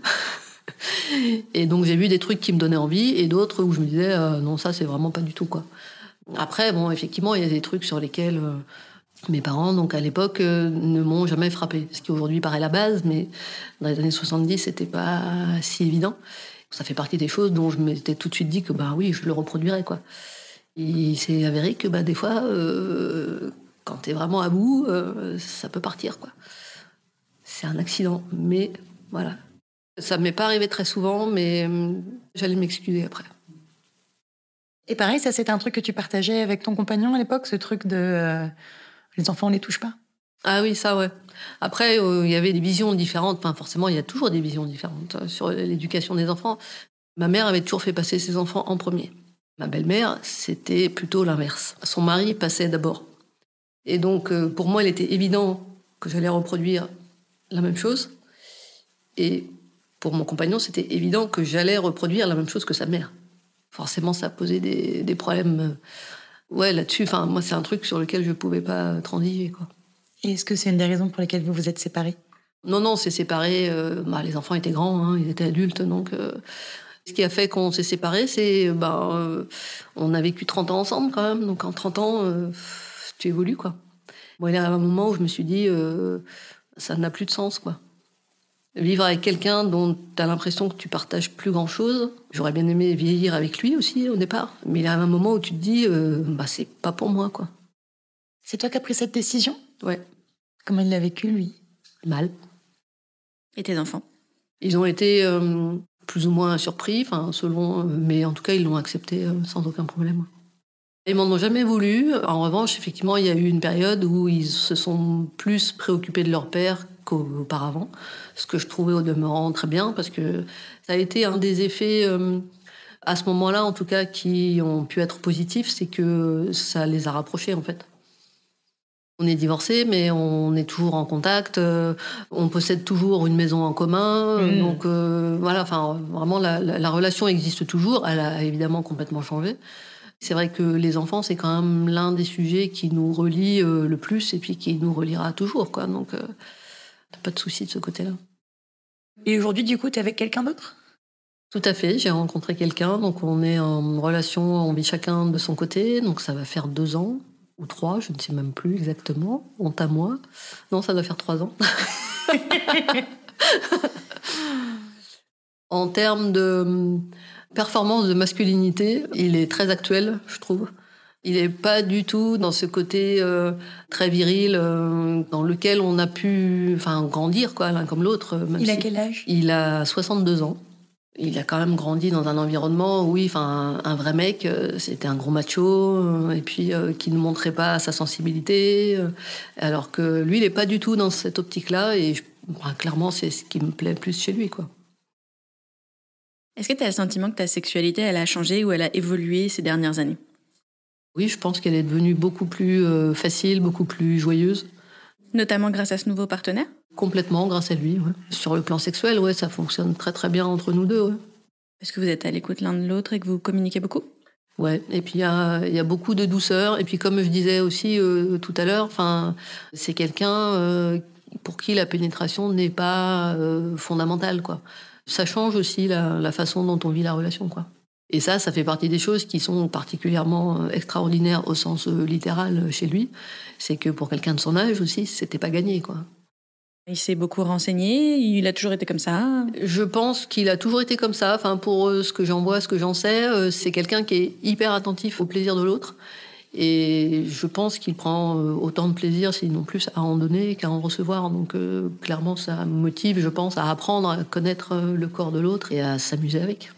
Et donc, j'ai vu des trucs qui me donnaient envie et d'autres où je me disais, non, ça, c'est vraiment pas du tout, quoi. Après, effectivement, il y a des trucs sur lesquels mes parents, donc à l'époque, ne m'ont jamais frappé. Ce qui aujourd'hui paraît la base, mais dans les années 70, c'était pas si évident. Ça fait partie des choses dont je m'étais tout de suite dit que oui, je le reproduirais, quoi. Et il s'est avéré que des fois, quand t'es vraiment à bout, ça peut partir, quoi. C'est un accident, mais voilà. Ça m'est pas arrivé très souvent, mais j'allais m'excuser après. Et pareil, ça c'était un truc que tu partageais avec ton compagnon à l'époque, ce truc de les enfants on les touche pas. Ah oui, ça ouais. Après, il y avait des visions différentes. Forcément, il y a toujours des visions différentes sur l'éducation des enfants. Ma mère avait toujours fait passer ses enfants en premier. Ma belle-mère, c'était plutôt l'inverse. Son mari passait d'abord. Et donc, pour moi, il était évident que j'allais reproduire la même chose. Et pour mon compagnon, c'était évident que j'allais reproduire la même chose que sa mère. Forcément, ça posait des problèmes là-dessus. Moi, c'est un truc sur lequel je ne pouvais pas transiger, quoi. Et est-ce que c'est une des raisons pour lesquelles vous vous êtes séparés ? Non, on s'est séparés. Les enfants étaient grands, ils étaient adultes. Donc, ce qui a fait qu'on s'est séparés, c'est on a vécu 30 ans ensemble, quand même. Donc, en 30 ans, tu évolues, quoi. Bon, il y a un moment où je me suis dit, ça n'a plus de sens, quoi. Vivre avec quelqu'un dont tu as l'impression que tu partages plus grand-chose. J'aurais bien aimé vieillir avec lui aussi, au départ. Mais il y a un moment où tu te dis, c'est pas pour moi, quoi. C'est toi qui as pris cette décision ? Ouais. Comment il l'a vécu, lui ? Mal. Et tes enfants ? Ils ont été plus ou moins surpris, selon, mais en tout cas, ils l'ont accepté sans aucun problème. Ils m'en ont jamais voulu. En revanche, effectivement, il y a eu une période où ils se sont plus préoccupés de leur père qu'auparavant, ce que je trouvais au demeurant très bien, parce que ça a été un des effets, à ce moment-là, en tout cas, qui ont pu être positifs, c'est que ça les a rapprochés, en fait. On est divorcés, mais on est toujours en contact. On possède toujours une maison en commun. Donc, vraiment, la relation existe toujours. Elle a évidemment complètement changé. C'est vrai que les enfants, c'est quand même l'un des sujets qui nous relie le plus et puis qui nous reliera toujours, quoi. Donc, pas de souci de ce côté-là. Et aujourd'hui, du coup, t'es avec quelqu'un d'autre ? Tout à fait, j'ai rencontré quelqu'un. Donc, on est en relation, on vit chacun de son côté. Donc, ça va faire 2 ans ou 3, je ne sais même plus exactement. Honte à moi. Non, ça doit faire 3 ans. En termes de performance de masculinité, il est très actuel, je trouve. Il n'est pas du tout dans ce côté très viril dans lequel on a pu grandir, quoi, l'un comme l'autre. Il a quel âge ? Il a 62 ans. Il a quand même grandi dans un environnement où, un vrai mec, c'était un gros macho, et puis qui ne montrait pas sa sensibilité, alors que lui, il n'est pas du tout dans cette optique-là, et clairement, c'est ce qui me plaît plus chez lui, quoi. Est-ce que tu as le sentiment que ta sexualité, elle a changé ou elle a évolué ces dernières années ? Oui, je pense qu'elle est devenue beaucoup plus facile, beaucoup plus joyeuse. Notamment grâce à ce nouveau partenaire ? Complètement, grâce à lui, ouais. Sur le plan sexuel, ouais, ça fonctionne très très bien entre nous deux, ouais. Parce que vous êtes à l'écoute l'un de l'autre et que vous communiquez beaucoup ? Ouais, et puis il y a beaucoup de douceur. Et puis comme je disais aussi tout à l'heure, c'est quelqu'un pour qui la pénétration n'est pas fondamentale, quoi. Ça change aussi la façon dont on vit la relation, quoi. Et ça fait partie des choses qui sont particulièrement extraordinaires au sens littéral chez lui. C'est que pour quelqu'un de son âge aussi, c'était pas gagné, quoi. Il s'est beaucoup renseigné, il a toujours été comme ça ? Je pense qu'il a toujours été comme ça. Pour ce que j'en vois, ce que j'en sais, c'est quelqu'un qui est hyper attentif au plaisir de l'autre. Et je pense qu'il prend autant de plaisir, sinon plus, à en donner qu'à en recevoir. Donc clairement, ça me motive, je pense, à apprendre à connaître le corps de l'autre et à s'amuser avec.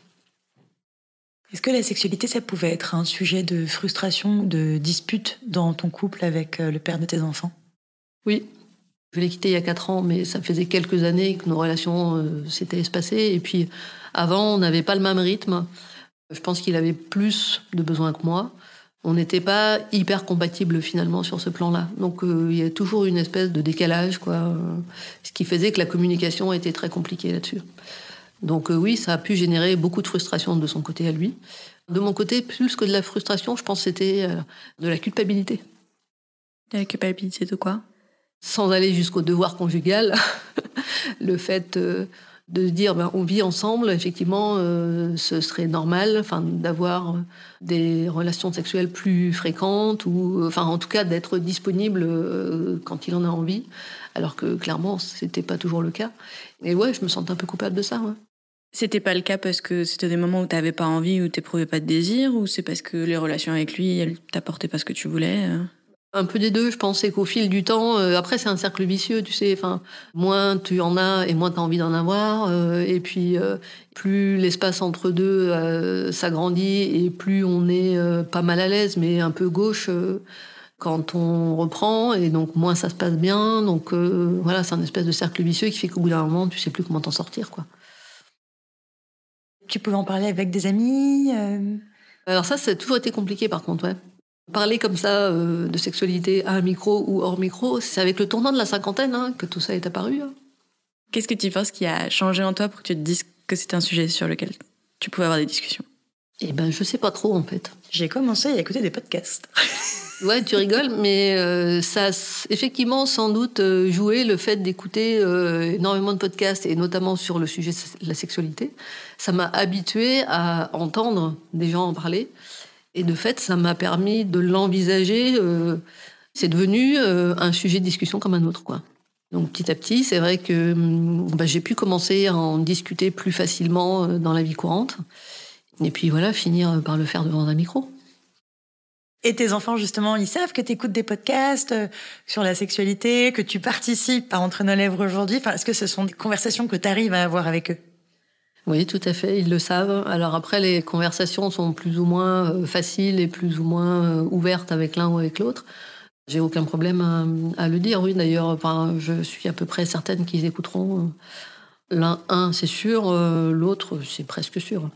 Est-ce que la sexualité, ça pouvait être un sujet de frustration, de dispute dans ton couple avec le père de tes enfants ? Oui. Je l'ai quitté il y a 4 ans, mais ça faisait quelques années que nos relations s'étaient espacées. Et puis, avant, on n'avait pas le même rythme. Je pense qu'il avait plus de besoins que moi. On n'était pas hyper compatibles, finalement, sur ce plan-là. Donc, il y a toujours une espèce de décalage, quoi. Ce qui faisait que la communication était très compliquée là-dessus. Donc, oui, ça a pu générer beaucoup de frustration de son côté à lui. De mon côté, plus que de la frustration, je pense que c'était de la culpabilité. De la culpabilité de quoi ? Sans aller jusqu'au devoir conjugal, le fait de dire on vit ensemble, effectivement, ce serait normal d'avoir des relations sexuelles plus fréquentes ou en tout cas d'être disponible quand il en a envie, alors que clairement, c'était pas toujours le cas. Et ouais, je me sentais un peu coupable de ça. Ouais. C'était pas le cas parce que c'était des moments où t'avais pas envie, où t'éprouvais pas de désir, ou c'est parce que les relations avec lui, elles t'apportaient pas ce que tu voulais ? Un peu des deux, je pensais qu'au fil du temps, après c'est un cercle vicieux, tu sais, moins tu en as et moins tu as envie d'en avoir, et puis plus l'espace entre deux s'agrandit et plus on est pas mal à l'aise, mais un peu gauche quand on reprend, et donc moins ça se passe bien, donc voilà, c'est un espèce de cercle vicieux qui fait qu'au bout d'un moment, tu sais plus comment t'en sortir, quoi. Tu pouvais en parler avec des amis Alors ça a toujours été compliqué par contre, ouais. Parler comme ça de sexualité à un micro ou hors micro, c'est avec le tournant de la 50aine que tout ça est apparu. Qu'est-ce que tu penses qui a changé en toi pour que tu te dises que c'était un sujet sur lequel tu pouvais avoir des discussions ? Eh ben, je sais pas trop en fait. J'ai commencé à écouter des podcasts. Ouais, tu rigoles, mais ça a effectivement sans doute joué le fait d'écouter énormément de podcasts, et notamment sur le sujet de la sexualité. Ça m'a habituée à entendre des gens en parler. Et de fait, ça m'a permis de l'envisager C'est devenu un sujet de discussion comme un autre, quoi. Donc petit à petit, c'est vrai que j'ai pu commencer à en discuter plus facilement dans la vie courante. Et puis voilà, finir par le faire devant un micro. Et tes enfants, justement, ils savent que tu écoutes des podcasts sur la sexualité, que tu participes à Entre nos lèvres aujourd'hui. Enfin, est-ce que ce sont des conversations que tu arrives à avoir avec eux ? Oui, tout à fait, ils le savent. Alors après, les conversations sont plus ou moins faciles et plus ou moins ouvertes avec l'un ou avec l'autre. J'ai aucun problème à le dire, oui. D'ailleurs, enfin, je suis à peu près certaine qu'ils écouteront. L'un, c'est sûr. L'autre, c'est presque sûr.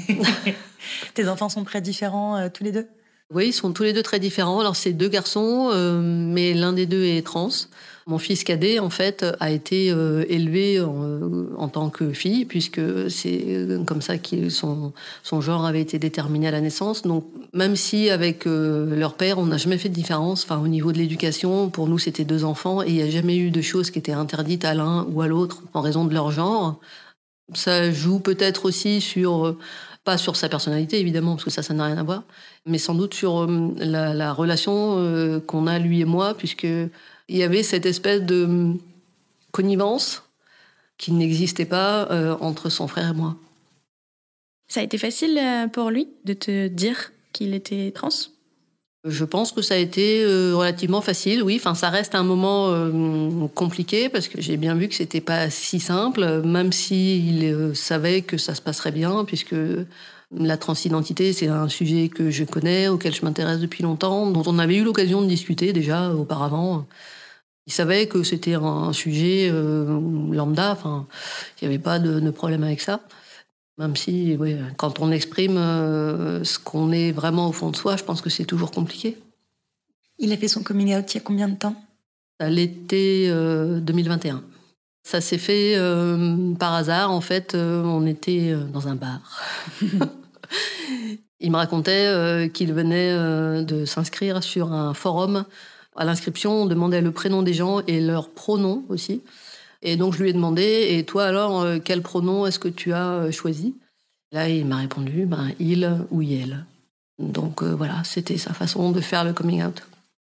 Tes enfants sont très différents tous les deux ? Oui, ils sont tous les deux très différents. Alors, c'est 2 garçons, mais l'un des 2 est trans. Mon fils cadet, en fait, a été élevé en tant que fille, puisque c'est comme ça que son genre avait été déterminé à la naissance. Donc, même si avec leur père, on n'a jamais fait de différence, enfin, au niveau de l'éducation, pour nous, c'était 2 enfants, et il n'y a jamais eu de choses qui étaient interdites à l'un ou à l'autre en raison de leur genre. Ça joue peut-être aussi sur... pas sur sa personnalité, évidemment, parce que ça n'a rien à voir, mais sans doute sur la relation qu'on a, lui et moi, puisqu'il y avait cette espèce de connivence qui n'existait pas entre son frère et moi. Ça a été facile pour lui de te dire qu'il était trans ? Je pense que ça a été relativement facile, oui. Enfin, ça reste un moment compliqué parce que j'ai bien vu que c'était pas si simple, même s'il savait que ça se passerait bien, puisque la transidentité, c'est un sujet que je connais, auquel je m'intéresse depuis longtemps, dont on avait eu l'occasion de discuter déjà auparavant. Il savait que c'était un sujet lambda, enfin, il n'y avait pas de problème avec ça. Même si, oui, quand on exprime ce qu'on est vraiment au fond de soi, je pense que c'est toujours compliqué. Il a fait son coming out il y a combien de temps ? À l'été 2021. Ça s'est fait par hasard. En fait, on était dans un bar. Il me racontait qu'il venait de s'inscrire sur un forum. À l'inscription, on demandait le prénom des gens et leur pronom aussi. Et donc, je lui ai demandé, et toi alors, quel pronom est-ce que tu as choisi ? Là, il m'a répondu, il ou elle. Donc voilà, c'était sa façon de faire le coming out.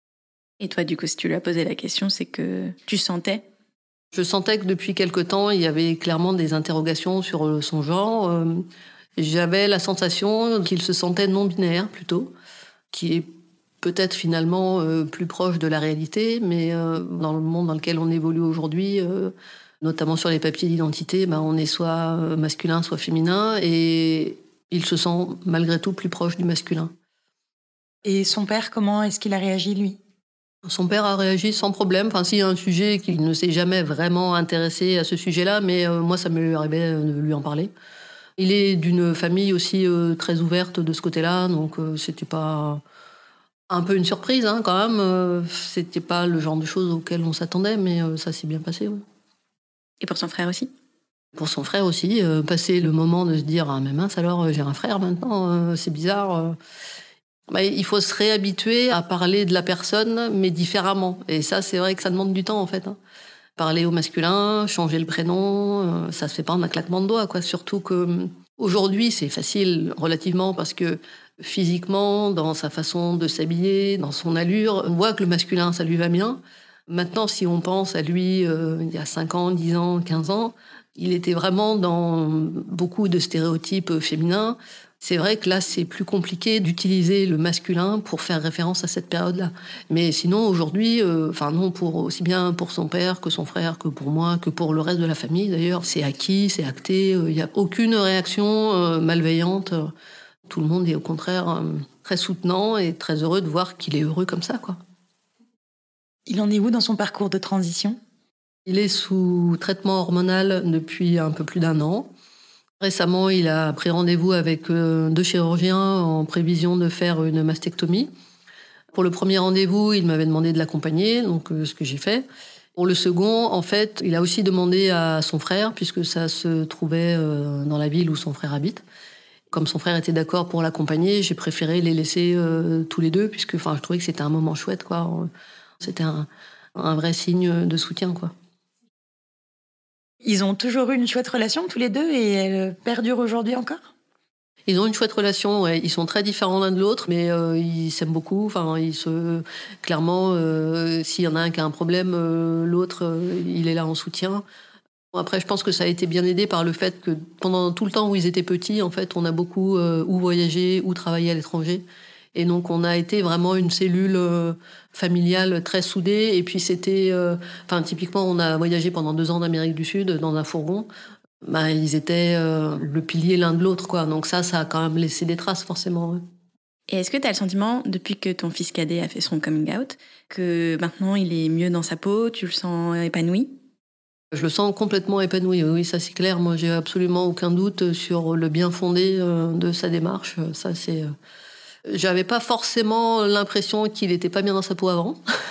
Et toi, du coup, si tu lui as posé la question, c'est que tu sentais ? Je sentais que depuis quelque temps, il y avait clairement des interrogations sur son genre. J'avais la sensation qu'il se sentait non-binaire, plutôt, qui est peut-être finalement plus proche de la réalité, mais dans le monde dans lequel on évolue aujourd'hui, notamment sur les papiers d'identité, on est soit masculin, soit féminin, et il se sent malgré tout plus proche du masculin. Et son père, comment est-ce qu'il a réagi, lui ? Son père a réagi sans problème. Enfin, s'il y a un sujet qu'il ne s'est jamais vraiment intéressé à ce sujet-là, mais moi, ça m'est arrivé de lui en parler. Il est d'une famille aussi très ouverte de ce côté-là, donc c'était pas... un peu une surprise, quand même. C'était pas le genre de choses auxquelles on s'attendait, mais ça s'est bien passé. Ouais. Et pour son frère aussi ? Pour son frère aussi, passer le moment de se dire « Ah, mais mince, alors j'ai un frère maintenant, c'est bizarre ». Il faut se réhabituer à parler de la personne, mais différemment. Et ça, c'est vrai que ça demande du temps, en fait. Parler au masculin, changer le prénom, ça se fait pas en un claquement de doigts, quoi. Surtout qu'aujourd'hui, c'est facile relativement parce que physiquement, dans sa façon de s'habiller, dans son allure, on voit que le masculin, ça lui va bien. Maintenant, si on pense à lui, il y a 5 ans, 10 ans, 15 ans, il était vraiment dans beaucoup de stéréotypes féminins. C'est vrai que là, c'est plus compliqué d'utiliser le masculin pour faire référence à cette période-là. Mais sinon, aujourd'hui, non, aussi bien pour son père que son frère, que pour moi, que pour le reste de la famille, d'ailleurs, c'est acquis, c'est acté. Il n'y a aucune réaction malveillante. Tout le monde est au contraire très soutenant et très heureux de voir qu'il est heureux comme ça, quoi. Il en est où dans son parcours de transition ? Il est sous traitement hormonal depuis un peu plus d'1 an. Récemment, il a pris rendez-vous avec 2 chirurgiens en prévision de faire une mastectomie. Pour le premier rendez-vous, il m'avait demandé de l'accompagner, donc ce que j'ai fait. Pour le second, en fait, il a aussi demandé à son frère, puisque ça se trouvait dans la ville où son frère habite. Comme son frère était d'accord pour l'accompagner, j'ai préféré les laisser tous les deux, puisque je trouvais que c'était un moment chouette, quoi. C'était un vrai signe de soutien, quoi. Ils ont toujours eu une chouette relation tous les deux et elle perdure aujourd'hui encore ? Ils ont une chouette relation, ouais. Ils sont très différents l'un de l'autre, mais ils s'aiment beaucoup. Enfin, clairement, s'il y en a un qui a un problème, l'autre, il est là en soutien. Après, je pense que ça a été bien aidé par le fait que pendant tout le temps où ils étaient petits, en fait, on a beaucoup ou voyagé ou travaillé à l'étranger. Et donc, on a été vraiment une cellule familiale très soudée. Et puis, typiquement, on a voyagé pendant 2 ans en Amérique du Sud dans un fourgon. Ils étaient le pilier l'un de l'autre, quoi. Donc ça a quand même laissé des traces, forcément. Ouais. Et est-ce que tu as le sentiment, depuis que ton fils cadet a fait son coming out, que maintenant il est mieux dans sa peau, tu le sens épanoui ? Je le sens complètement épanoui, oui, ça c'est clair. Moi, j'ai absolument aucun doute sur le bien fondé de sa démarche. Ça, c'est... J'avais pas forcément l'impression qu'il était pas bien dans sa peau avant.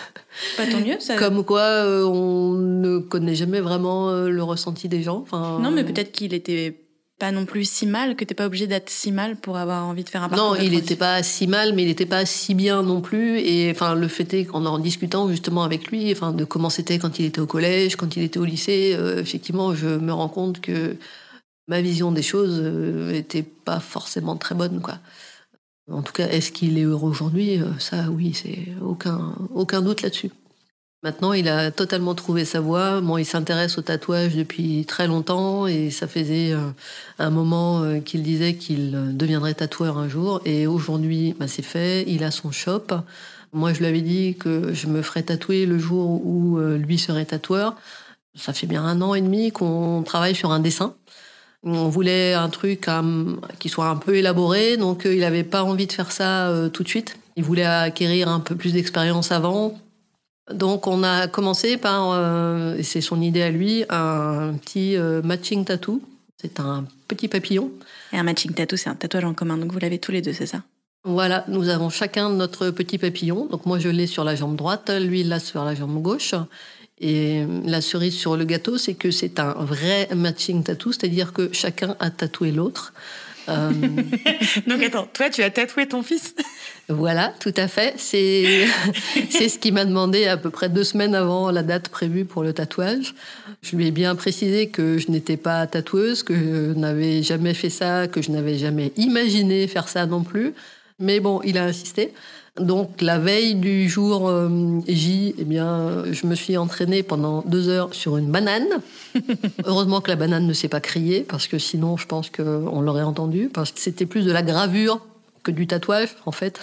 Pas tant mieux, ça. Comme quoi, on ne connaît jamais vraiment le ressenti des gens. Non, mais peut-être qu'il était pas non plus si mal, que t'es pas obligé d'être si mal pour avoir envie de faire un parcours. Non, il était pas si mal, mais il était pas si bien non plus. Et le fait est qu'en discutant justement avec lui, de comment c'était quand il était au collège, quand il était au lycée, effectivement, je me rends compte que ma vision des choses était pas forcément très bonne, quoi. En tout cas, est-ce qu'il est heureux aujourd'hui ? Ça, oui, c'est aucun doute là-dessus. Maintenant, il a totalement trouvé sa voie. Bon, il s'intéresse au tatouage depuis très longtemps et ça faisait un moment qu'il disait qu'il deviendrait tatoueur un jour. Et aujourd'hui, c'est fait. Il a son shop. Moi, je lui avais dit que je me ferais tatouer le jour où lui serait tatoueur. Ça fait bien 1 an et demi qu'on travaille sur un dessin. On voulait un truc qui soit un peu élaboré, donc il n'avait pas envie de faire ça tout de suite. Il voulait acquérir un peu plus d'expérience avant. Donc on a commencé par, et c'est son idée à lui, un petit matching tattoo. C'est un petit papillon. Et un matching tattoo, c'est un tatouage en commun, donc vous l'avez tous les deux, c'est ça ? Voilà, nous avons chacun notre petit papillon. Donc moi je l'ai sur la jambe droite, lui il l'a sur la jambe gauche. Et la cerise sur le gâteau, c'est que c'est un vrai matching tattoo, c'est-à-dire que chacun a tatoué l'autre. Donc attends, toi tu as tatoué ton fils ? Voilà, tout à fait. C'est ce qu'il m'a demandé à peu près 2 semaines avant la date prévue pour le tatouage. Je lui ai bien précisé que je n'étais pas tatoueuse, que je n'avais jamais fait ça, que je n'avais jamais imaginé faire ça non plus. Mais bon, il a insisté. Donc, la veille du jour J, je me suis entraînée pendant 2 heures sur une banane. Heureusement que la banane ne s'est pas criée, parce que sinon, je pense qu'on l'aurait entendu, parce que c'était plus de la gravure que du tatouage, en fait.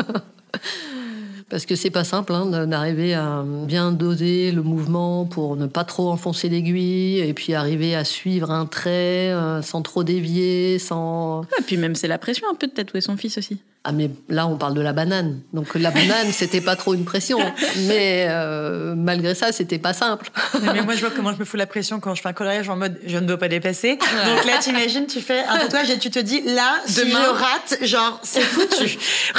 Parce que c'est pas simple d'arriver à bien doser le mouvement pour ne pas trop enfoncer l'aiguille et puis arriver à suivre un trait sans trop dévier, sans... Et puis même c'est la pression un peu de tatouer son fils aussi. Ah mais là on parle de la banane, donc la banane c'était pas trop une pression, mais malgré ça c'était pas simple. Mais moi je vois comment je me fous la pression quand je fais un coloriage en mode je ne dois pas dépasser. Ouais. Donc là t'imagines, tu fais un tatouage et tu te dis là si je rate, genre c'est foutu.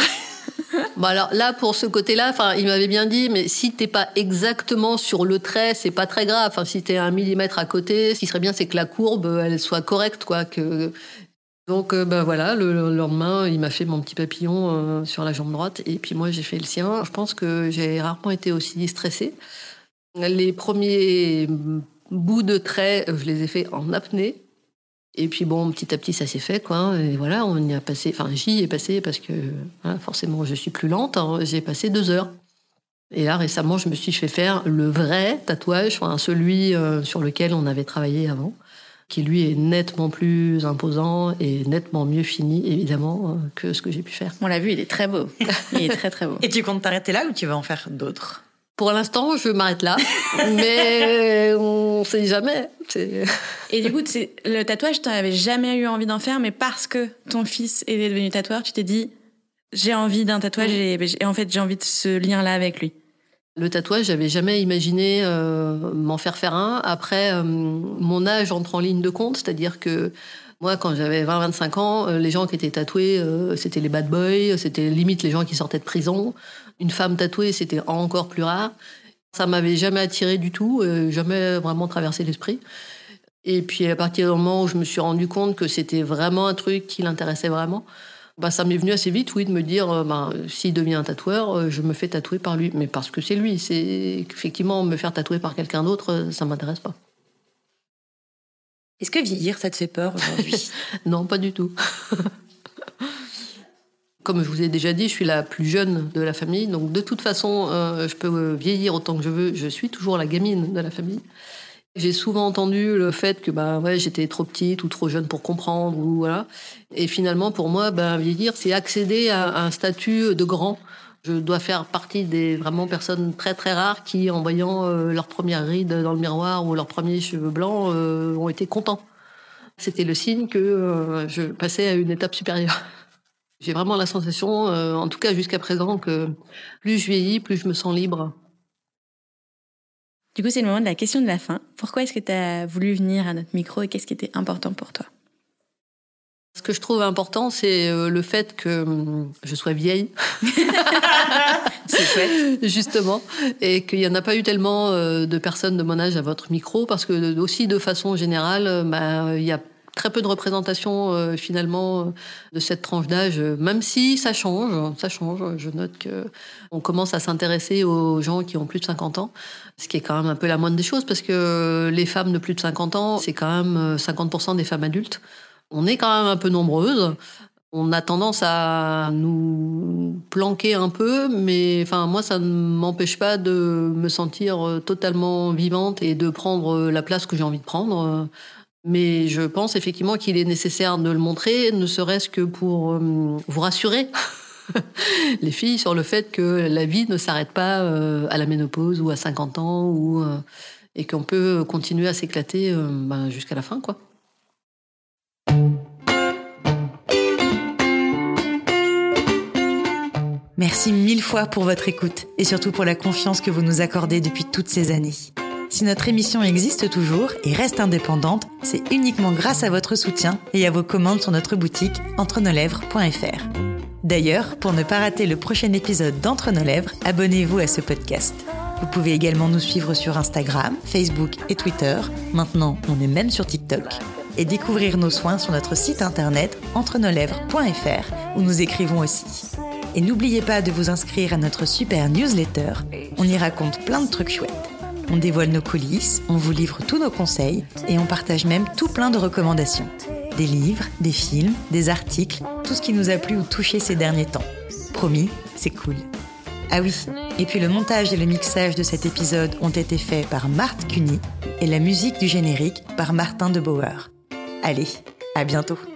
Bon alors là pour ce côté-là, il m'avait bien dit, mais si t'es pas exactement sur le trait, c'est pas très grave. Si t'es 1 millimètre à côté, ce qui serait bien, c'est que la courbe elle soit correcte, quoi. Donc voilà, le lendemain, il m'a fait mon petit papillon sur la jambe droite, et puis moi j'ai fait le sien. Je pense que j'ai rarement été aussi stressée. Les premiers bouts de traits, je les ai faits en apnée. Et puis bon, petit à petit, ça s'est fait, quoi. Et voilà, on y a passé. J'y ai passé parce que forcément, je suis plus lente. J'ai passé 2 heures. Et là, récemment, je me suis fait faire le vrai tatouage, celui sur lequel on avait travaillé avant, qui lui est nettement plus imposant et nettement mieux fini, évidemment, que ce que j'ai pu faire. On l'a vu, il est très beau. Il est très très beau. Et tu comptes t'arrêter là ou tu vas en faire d'autres ? Pour l'instant, je m'arrête là, mais on ne sait jamais. Et du coup, le tatouage, tu n'avais jamais eu envie d'en faire, mais parce que ton fils est devenu tatoueur, tu t'es dit, j'ai envie d'un tatouage et en fait, j'ai envie de ce lien-là avec lui. Le tatouage, j'avais jamais imaginé m'en faire un. Après, mon âge entre en ligne de compte, c'est-à-dire que moi, quand j'avais 20-25 ans, les gens qui étaient tatoués, c'était les bad boys, c'était limite les gens qui sortaient de prison. Une femme tatouée, c'était encore plus rare. Ça m'avait jamais attiré du tout, jamais vraiment traversé l'esprit. Et puis, à partir du moment où je me suis rendu compte que c'était vraiment un truc qui l'intéressait vraiment, ça m'est venu assez vite, oui, de me dire, s'il devient un tatoueur, je me fais tatouer par lui. Mais parce que c'est lui. C'est effectivement me faire tatouer par quelqu'un d'autre, ça m'intéresse pas. Est-ce que vieillir, ça te fait peur aujourd'hui ? Non, pas du tout. Comme je vous ai déjà dit, je suis la plus jeune de la famille. Donc de toute façon, je peux vieillir autant que je veux. Je suis toujours la gamine de la famille. J'ai souvent entendu le fait que j'étais trop petite ou trop jeune pour comprendre. Ou voilà. Et finalement, pour moi, vieillir, c'est accéder à un statut de grand. Je dois faire partie des vraiment personnes très très rares qui, en voyant leur première ride dans le miroir ou leurs premiers cheveux blancs, ont été contents. C'était le signe que je passais à une étape supérieure. J'ai vraiment la sensation, en tout cas jusqu'à présent, que plus je vieillis, plus je me sens libre. Du coup, c'est le moment de la question de la fin. Pourquoi est-ce que tu as voulu venir à notre micro et qu'est-ce qui était important pour toi ? Ce que je trouve important, c'est le fait que je sois vieille. C'est chouette. Justement. Et qu'il n'y en a pas eu tellement de personnes de mon âge à votre micro, parce que aussi, de façon générale, il y a très peu de représentation finalement de cette tranche d'âge, même si ça change. Je note qu'on commence à s'intéresser aux gens qui ont plus de 50 ans, ce qui est quand même un peu la moindre des choses, parce que les femmes de plus de 50 ans, c'est quand même 50% des femmes adultes. On est quand même un peu nombreuses. On a tendance à nous planquer un peu, mais moi, ça ne m'empêche pas de me sentir totalement vivante et de prendre la place que j'ai envie de prendre. Mais je pense effectivement qu'il est nécessaire de le montrer, ne serait-ce que pour vous rassurer, les filles, sur le fait que la vie ne s'arrête pas à la ménopause ou à 50 ans, et qu'on peut continuer à s'éclater jusqu'à la fin, quoi. Merci 1000 fois pour votre écoute et surtout pour la confiance que vous nous accordez depuis toutes ces années. Si notre émission existe toujours et reste indépendante, c'est uniquement grâce à votre soutien et à vos commandes sur notre boutique entrenoslèvres.fr. D'ailleurs, pour ne pas rater le prochain épisode d'Entre nos lèvres, abonnez-vous à ce podcast. Vous pouvez également nous suivre sur Instagram, Facebook et Twitter. Maintenant, on est même sur TikTok. Et découvrir nos soins sur notre site internet entrenoslèvres.fr où nous écrivons aussi. Et n'oubliez pas de vous inscrire à notre super newsletter. On y raconte plein de trucs chouettes. On dévoile nos coulisses, on vous livre tous nos conseils et on partage même tout plein de recommandations. Des livres, des films, des articles, tout ce qui nous a plu ou touché ces derniers temps. Promis, c'est cool. Ah oui, et puis le montage et le mixage de cet épisode ont été faits par Marthe Cuny et la musique du générique par Martin de Bauer. Allez, à bientôt.